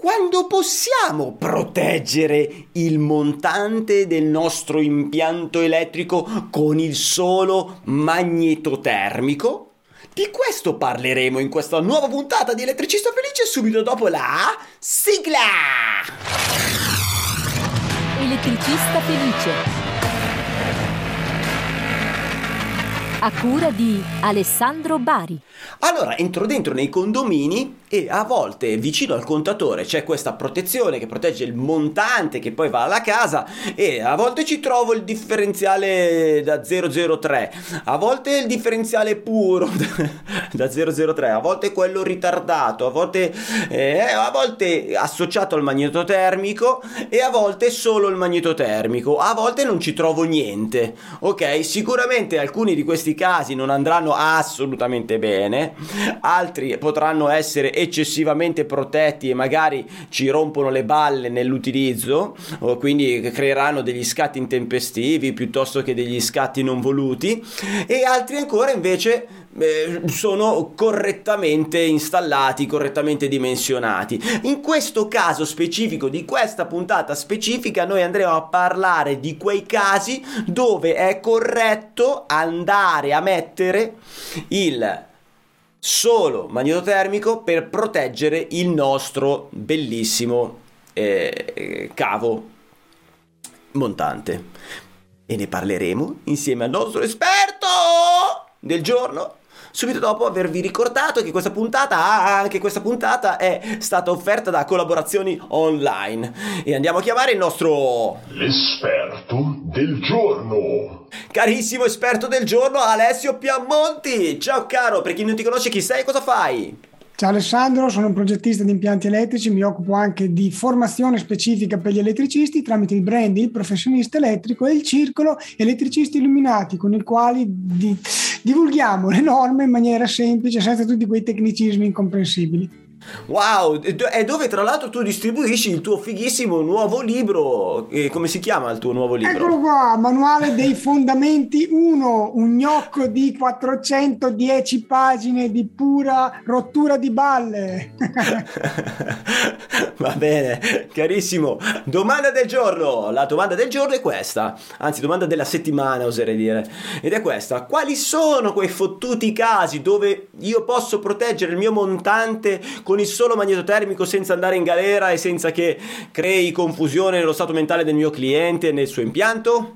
quando possiamo proteggere il montante del nostro impianto elettrico con il solo magnetotermico? Di questo parleremo in questa nuova puntata di Elettricista Felice subito dopo la sigla! Elettricista Felice, a cura di Alessandro Bari. Allora, entro dentro nei condomini e a volte vicino al contatore c'è questa protezione che protegge il montante che poi va alla casa, e a volte ci trovo il differenziale da 003, a volte il differenziale puro da 003, a volte quello ritardato, a volte associato al magnetotermico e a volte solo il magnetotermico, a volte non ci trovo niente. Ok, sicuramente alcuni di questi casi non andranno assolutamente bene, altri potranno essere eccessivamente protetti e magari ci rompono le balle nell'utilizzo, o quindi creeranno degli scatti intempestivi piuttosto che degli scatti non voluti, e altri ancora invece sono correttamente installati, correttamente dimensionati. In questo caso specifico di questa puntata specifica noi andremo a parlare di quei casi dove è corretto andare a mettere il solo magnetotermico per proteggere il nostro bellissimo cavo montante, e ne parleremo insieme al nostro esperto del giorno subito dopo avervi ricordato che questa puntata è stata offerta da Collaborazioni Online, e andiamo a chiamare il nostro l'esperto del giorno. Carissimo esperto del giorno, Alessio Piamonti. Ciao caro, per chi non ti conosce, chi sei e cosa fai? Ciao Alessandro, sono un progettista di impianti elettrici, mi occupo anche di formazione specifica per gli elettricisti tramite il brand Il Professionista Elettrico e il Circolo Elettricisti Illuminati, con il quale divulghiamo le norme in maniera semplice, senza tutti quei tecnicismi incomprensibili. Wow, è dove tra l'altro tu distribuisci il tuo fighissimo nuovo libro. Come si chiama il tuo nuovo libro? Eccolo qua, Manuale dei Fondamenti 1, un gnocco di 410 pagine di pura rottura di balle. Va bene, carissimo. Domanda del giorno. La domanda del giorno è questa, anzi domanda della settimana oserei dire, ed è questa: quali sono quei fottuti casi dove io posso proteggere il mio montante con il solo magnetotermico senza andare in galera e senza che crei confusione nello stato mentale del mio cliente e nel suo impianto?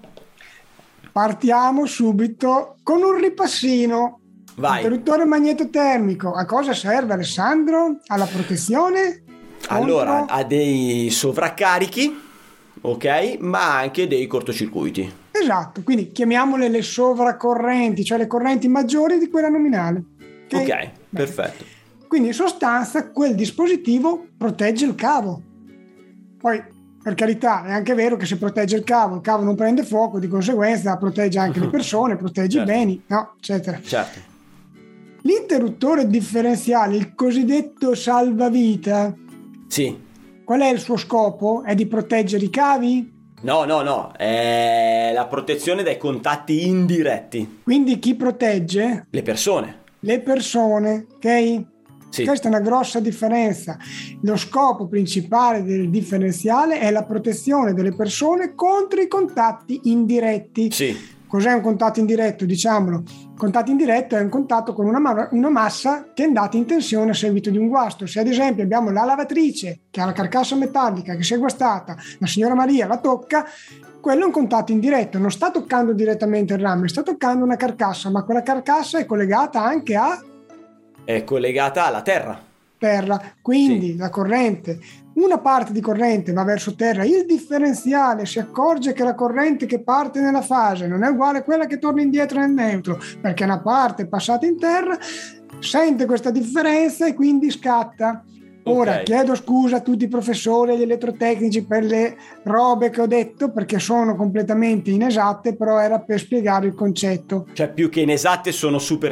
Partiamo subito con un ripassino. Vai. Interruttore magnetotermico, a cosa serve, Alessandro? Alla protezione? Allora, ha dei sovraccarichi, ok, ma anche dei cortocircuiti. Esatto, quindi chiamiamole le sovracorrenti, cioè le correnti maggiori di quella nominale. Ok, perfetto. Quindi in sostanza quel dispositivo protegge il cavo. Poi, per carità, è anche vero che se protegge il cavo non prende fuoco, di conseguenza protegge anche le persone, protegge i beni, no, eccetera. Certo. L'interruttore differenziale, il cosiddetto salvavita, sì. Qual è il suo scopo? È di proteggere i cavi? No, è la protezione dai contatti indiretti. Quindi chi protegge? Le persone. Le persone, ok? Sì. Questa è una grossa differenza. Lo scopo principale del differenziale è la protezione delle persone contro i contatti indiretti. Sì. Cos'è un contatto indiretto? Diciamolo. Il contatto indiretto è un contatto con una massa che è andata in tensione a seguito di un guasto. Se ad esempio abbiamo la lavatrice che ha la carcassa metallica che si è guastata, la signora Maria la tocca, quello è un contatto indiretto, non sta toccando direttamente il rame, sta toccando una carcassa, ma quella carcassa è collegata anche è collegata alla terra. Quindi sì. La corrente, una parte di corrente va verso terra, il differenziale si accorge che la corrente che parte nella fase non è uguale a quella che torna indietro nel neutro, perché una parte è passata in terra, sente questa differenza e quindi scatta. Ora, chiedo scusa a tutti i professori e gli elettrotecnici per le robe che ho detto, perché sono completamente inesatte, però era per spiegare il concetto. Cioè, più che inesatte, sono super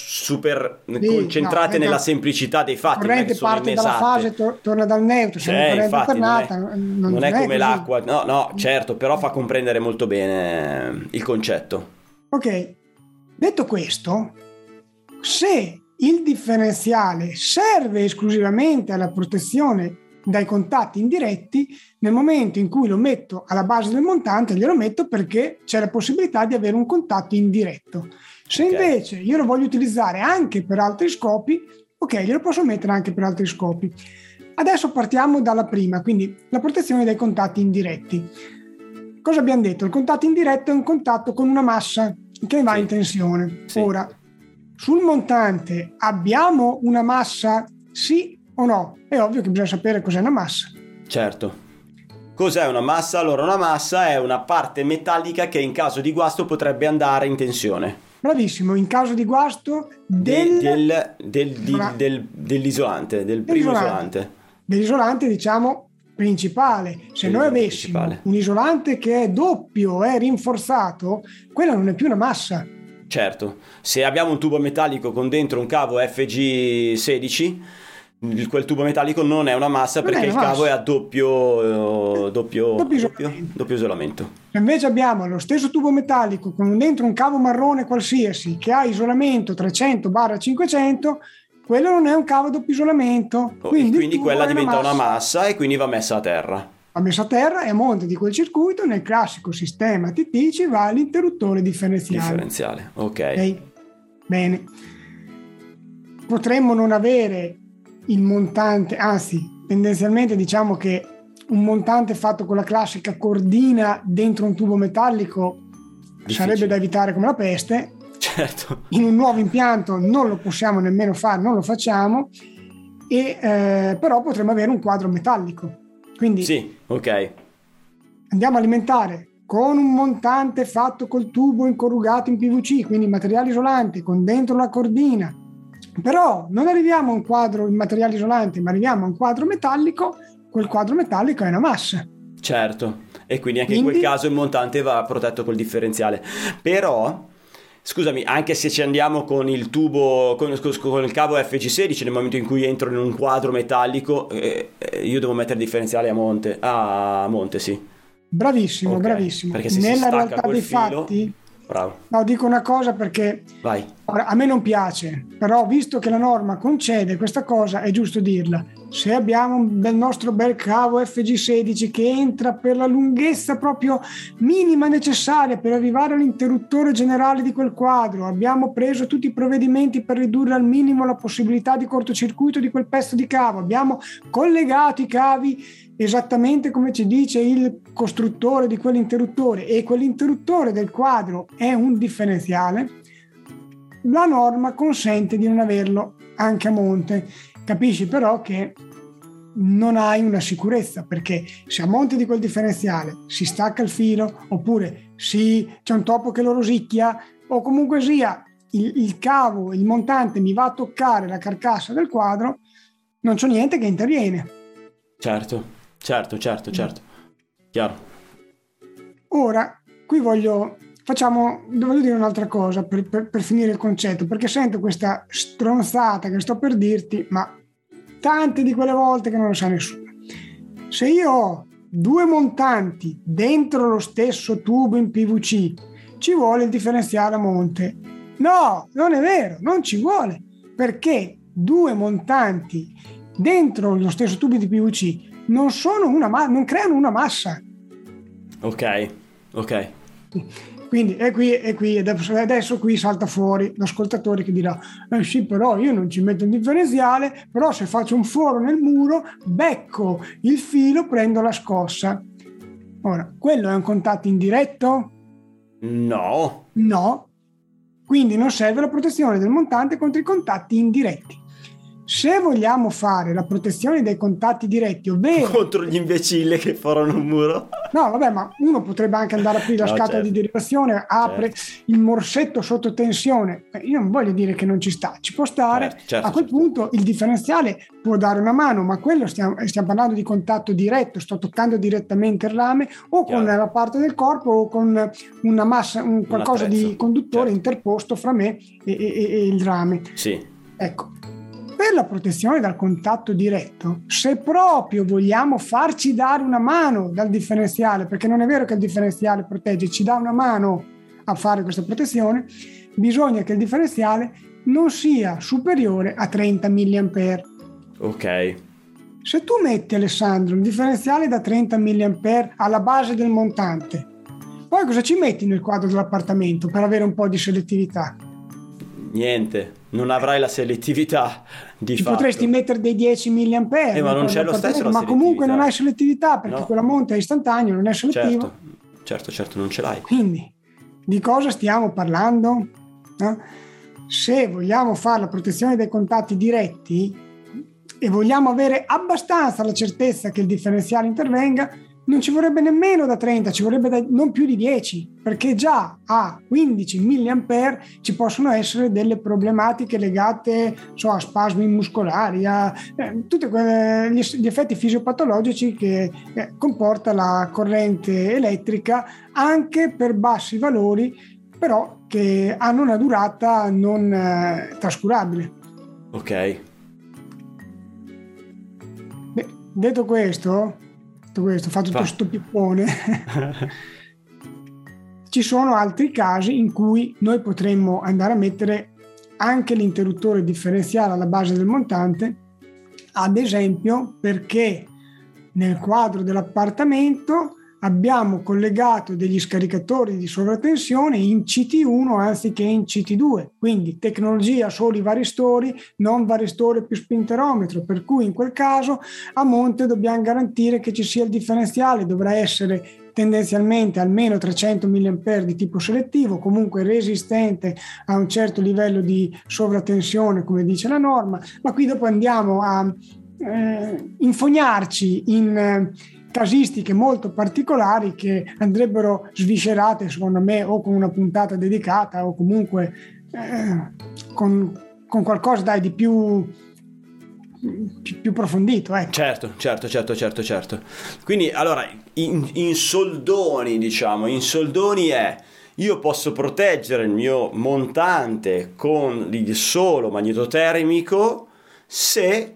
concentrate nella semplicità dei fatti. La corrente parte dalla fase, torna dal neutro, se la corrente alternata non è come così. L'acqua. No, certo, però fa comprendere molto bene il concetto. Ok, detto questo, se il differenziale serve esclusivamente alla protezione dai contatti indiretti nel momento in cui lo metto alla base del montante, glielo metto perché c'è la possibilità di avere un contatto indiretto. Se invece io lo voglio utilizzare anche per altri scopi, ok, glielo posso mettere anche per altri scopi. Adesso partiamo dalla prima, quindi la protezione dai contatti indiretti. Cosa abbiamo detto? Il contatto indiretto è un contatto con una massa che va in tensione. Sì. Ora, sul montante abbiamo una massa, sì o no? È ovvio che bisogna sapere cos'è una massa. Certo. Cos'è una massa? Allora, una massa è una parte metallica che in caso di guasto potrebbe andare in tensione. Bravissimo, in caso di guasto dell'isolante, del primo isolante. Dell'isolante, diciamo, principale. Se noi avessimo un isolante che è doppio, è rinforzato, quella non è più una massa. Certo, se abbiamo un tubo metallico con dentro un cavo FG16, quel tubo metallico non è una massa perché il cavo è a doppio isolamento. Se invece abbiamo lo stesso tubo metallico con dentro un cavo marrone qualsiasi che ha isolamento 300/500, quello non è un cavo a doppio isolamento. Quindi quella diventa una massa e quindi va messa a terra. Va messa a terra e a monte di quel circuito, nel classico sistema TT, ci va l'interruttore differenziale. Ok. Bene. Potremmo non avere il montante, anzi, tendenzialmente diciamo che un montante fatto con la classica cordina dentro un tubo metallico sarebbe da evitare come la peste. Certo. In un nuovo impianto non lo possiamo nemmeno fare, non lo facciamo, però potremmo avere un quadro metallico. Quindi sì, ok. Andiamo a alimentare con un montante fatto col tubo incorrugato in PVC, quindi materiale isolante, con dentro la cordina. Però non arriviamo a un quadro in materiale isolante, ma arriviamo a un quadro metallico. Quel quadro metallico è una massa. Certo, e quindi anche in quel caso il montante va protetto col differenziale. Però, scusami, anche se ci andiamo con il tubo, con il cavo FG16, nel momento in cui entro in un quadro metallico, io devo mettere il differenziale a monte, sì. Bravissimo, okay. Bravissimo. Perché se nella si stacca realtà quel dei filo, fatti, bravo. No, dico una cosa perché a me non piace, però visto che la norma concede questa cosa è giusto dirla. Se abbiamo il nostro bel cavo FG16 che entra per la lunghezza proprio minima necessaria per arrivare all'interruttore generale di quel quadro, abbiamo preso tutti i provvedimenti per ridurre al minimo la possibilità di cortocircuito di quel pezzo di cavo, abbiamo collegato i cavi esattamente come ci dice il costruttore di quell'interruttore e quell'interruttore del quadro è un differenziale, la norma consente di non averlo anche a monte. Capisci però che non hai una sicurezza, perché se a monte di quel differenziale si stacca il filo, oppure c'è un topo che lo rosicchia, o comunque sia il cavo, il montante mi va a toccare la carcassa del quadro, non c'è niente che interviene. Certo. Chiaro. Ora, qui voglio dire un'altra cosa per finire il concetto, perché sento questa stronzata che sto per dirti, ma tante di quelle volte che non lo sa nessuno. Se io ho due montanti dentro lo stesso tubo in PVC, ci vuole il differenziale a monte. No, non è vero, non ci vuole, perché due montanti dentro lo stesso tubo di PVC non creano una massa. Ok. Quindi adesso qui salta fuori l'ascoltatore che dirà sì, però io non ci metto il differenziale, però se faccio un foro nel muro becco il filo, prendo la scossa. Ora, quello è un contatto indiretto? No, quindi non serve la protezione del montante contro i contatti indiretti. Se vogliamo fare la protezione dei contatti diretti, ovvero contro gli imbecilli che forano un muro, no vabbè, ma uno potrebbe anche andare a aprire la scatola di derivazione, apre il morsetto sotto tensione. Io non voglio dire che non ci sta, ci può stare. A quel punto il differenziale può dare una mano, ma quello stiamo parlando di contatto diretto, sto toccando direttamente il rame o con la parte del corpo o con una massa, qualcosa di conduttore interposto fra me e il rame. Sì. Ecco. Per la protezione dal contatto diretto, se proprio vogliamo farci dare una mano dal differenziale, perché non è vero che il differenziale protegge, ci dà una mano a fare questa protezione, bisogna che il differenziale non sia superiore a 30 mA. Ok. se tu metti, Alessandro, un differenziale da 30 mA alla base del montante, poi cosa ci metti nel quadro dell'appartamento per avere un po' di selettività? Niente, non avrai la selettività di fatto. Potresti mettere dei 10 mA, ma non c'è lo stesso la ma comunque selettività. non hai selettività perché No. quella monta è istantaneo, non è selettivo. Certo, non ce l'hai. Quindi di cosa stiamo parlando? No? Se vogliamo fare la protezione dei contatti diretti e vogliamo avere abbastanza la certezza che il differenziale intervenga, non ci vorrebbe nemmeno da 30, ci vorrebbe non più di 10, perché già a 15 mA ci possono essere delle problematiche legate a spasmi muscolari, a tutti gli effetti fisiopatologici che comporta la corrente elettrica anche per bassi valori, però che hanno una durata non trascurabile. Ok. Detto questo, ho fatto tutto sto pippone. Ci sono altri casi in cui noi potremmo andare a mettere anche l'interruttore differenziale alla base del montante, ad esempio perché nel quadro dell'appartamento abbiamo collegato degli scaricatori di sovratensione in CT1 anziché in CT2, quindi tecnologia solo i varistori, non varistore più spinterometro, per cui in quel caso a monte dobbiamo garantire che ci sia il differenziale, dovrà essere tendenzialmente almeno 300 mA di tipo selettivo, comunque resistente a un certo livello di sovratensione come dice la norma, ma qui dopo andiamo a infognarci in casistiche molto particolari che andrebbero sviscerate secondo me o con una puntata dedicata o comunque con qualcosa di più approfondito. Certo. Quindi allora in soldoni è: io posso proteggere il mio montante con il solo magnetotermico se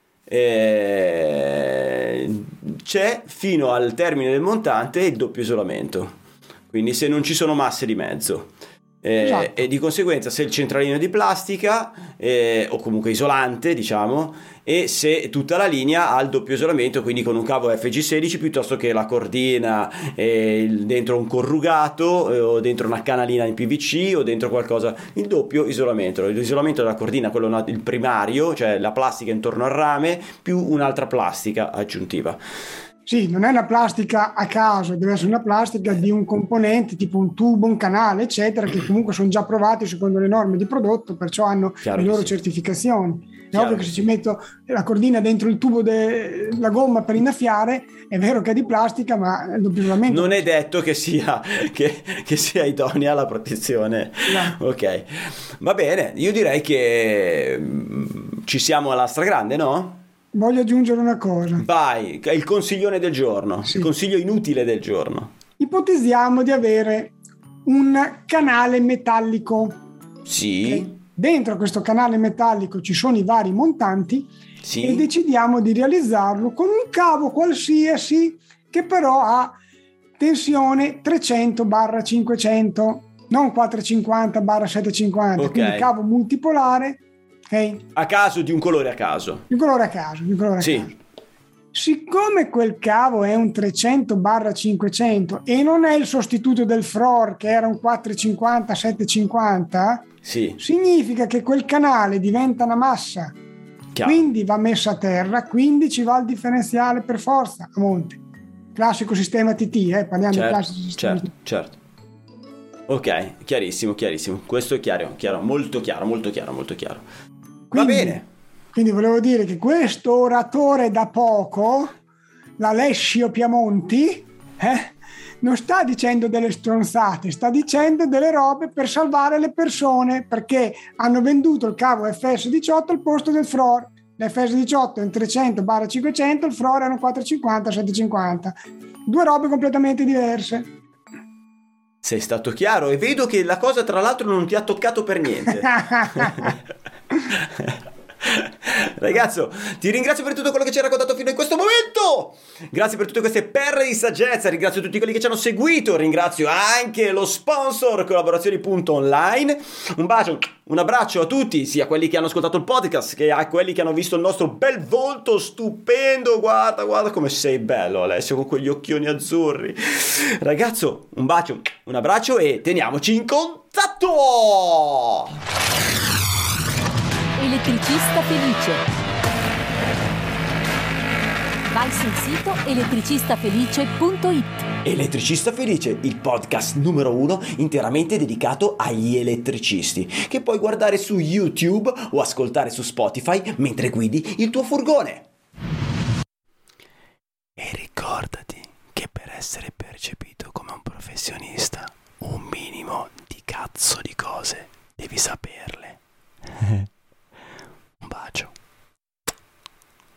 c'è fino al termine del montante il doppio isolamento, quindi se non ci sono masse di mezzo. Esatto. E di conseguenza se il centralino è di plastica o comunque isolante, diciamo, e se tutta la linea ha il doppio isolamento, quindi con un cavo FG16 piuttosto che la cordina dentro un corrugato o dentro una canalina in PVC o dentro qualcosa, il doppio isolamento. L'isolamento della cordina, quello il primario, cioè la plastica intorno al rame più un'altra plastica aggiuntiva. Sì, non è una plastica a caso, deve essere una plastica di un componente tipo un tubo, un canale, eccetera, che comunque sono già provati secondo le norme di prodotto, perciò hanno le loro certificazioni. È ovvio che se ci metto la cordina dentro il tubo della gomma per innaffiare, è vero che è di plastica, ma doppiamente non è detto che sia idonea alla protezione. No. Ok, va bene, io direi che ci siamo alla stragrande, no? Voglio aggiungere una cosa. Vai, il consiglione del giorno, sì. Il consiglio inutile del giorno. Ipotizziamo di avere un canale metallico. Sì. Okay? Dentro questo canale metallico ci sono i vari montanti, sì. E decidiamo di realizzarlo con un cavo qualsiasi che però ha tensione 300/500, non 450/750, okay. Quindi cavo multipolare. Okay. A caso, di un colore a caso. Di un colore a caso. Sì. Siccome quel cavo è un 300/500 e non è il sostituto del FROR che era un 450/750, sì. Significa che quel canale diventa una massa. Chiaro. Quindi va messo a terra, quindi ci va il differenziale per forza a monte. Classico sistema TT, parliamo di classico sistema TT. Certo. Ok, chiarissimo. Questo è chiaro, molto chiaro. Va bene. Quindi volevo dire che questo oratore da poco, l'Alessio Piamonti, non sta dicendo delle stronzate, sta dicendo delle robe per salvare le persone, perché hanno venduto il cavo FS18 al posto del FROR. L'FS18 è un 300/500, il FROR è un 450/750. Due robe completamente diverse. Sei stato chiaro e vedo che la cosa tra l'altro non ti ha toccato per niente. Ragazzo, ti ringrazio per tutto quello che ci hai raccontato fino in questo momento. grazie per tutte queste perle di saggezza, ringrazio tutti quelli che ci hanno seguito, ringrazio anche lo sponsor collaborazioni.online. Un bacio, un abbraccio a tutti, sia quelli che hanno ascoltato il podcast che a quelli che hanno visto il nostro bel volto stupendo. Guarda come sei bello, Alessio, con quegli occhioni azzurri. Ragazzo, un bacio, un abbraccio e teniamoci in contatto. Elettricista felice. Vai sul sito elettricistafelice.it. Elettricista Felice, il podcast numero 1 interamente dedicato agli elettricisti, che puoi guardare su YouTube o ascoltare su Spotify mentre guidi il tuo furgone. E ricordati che per essere percepito come un professionista, un minimo di cazzo di cose devi saperle.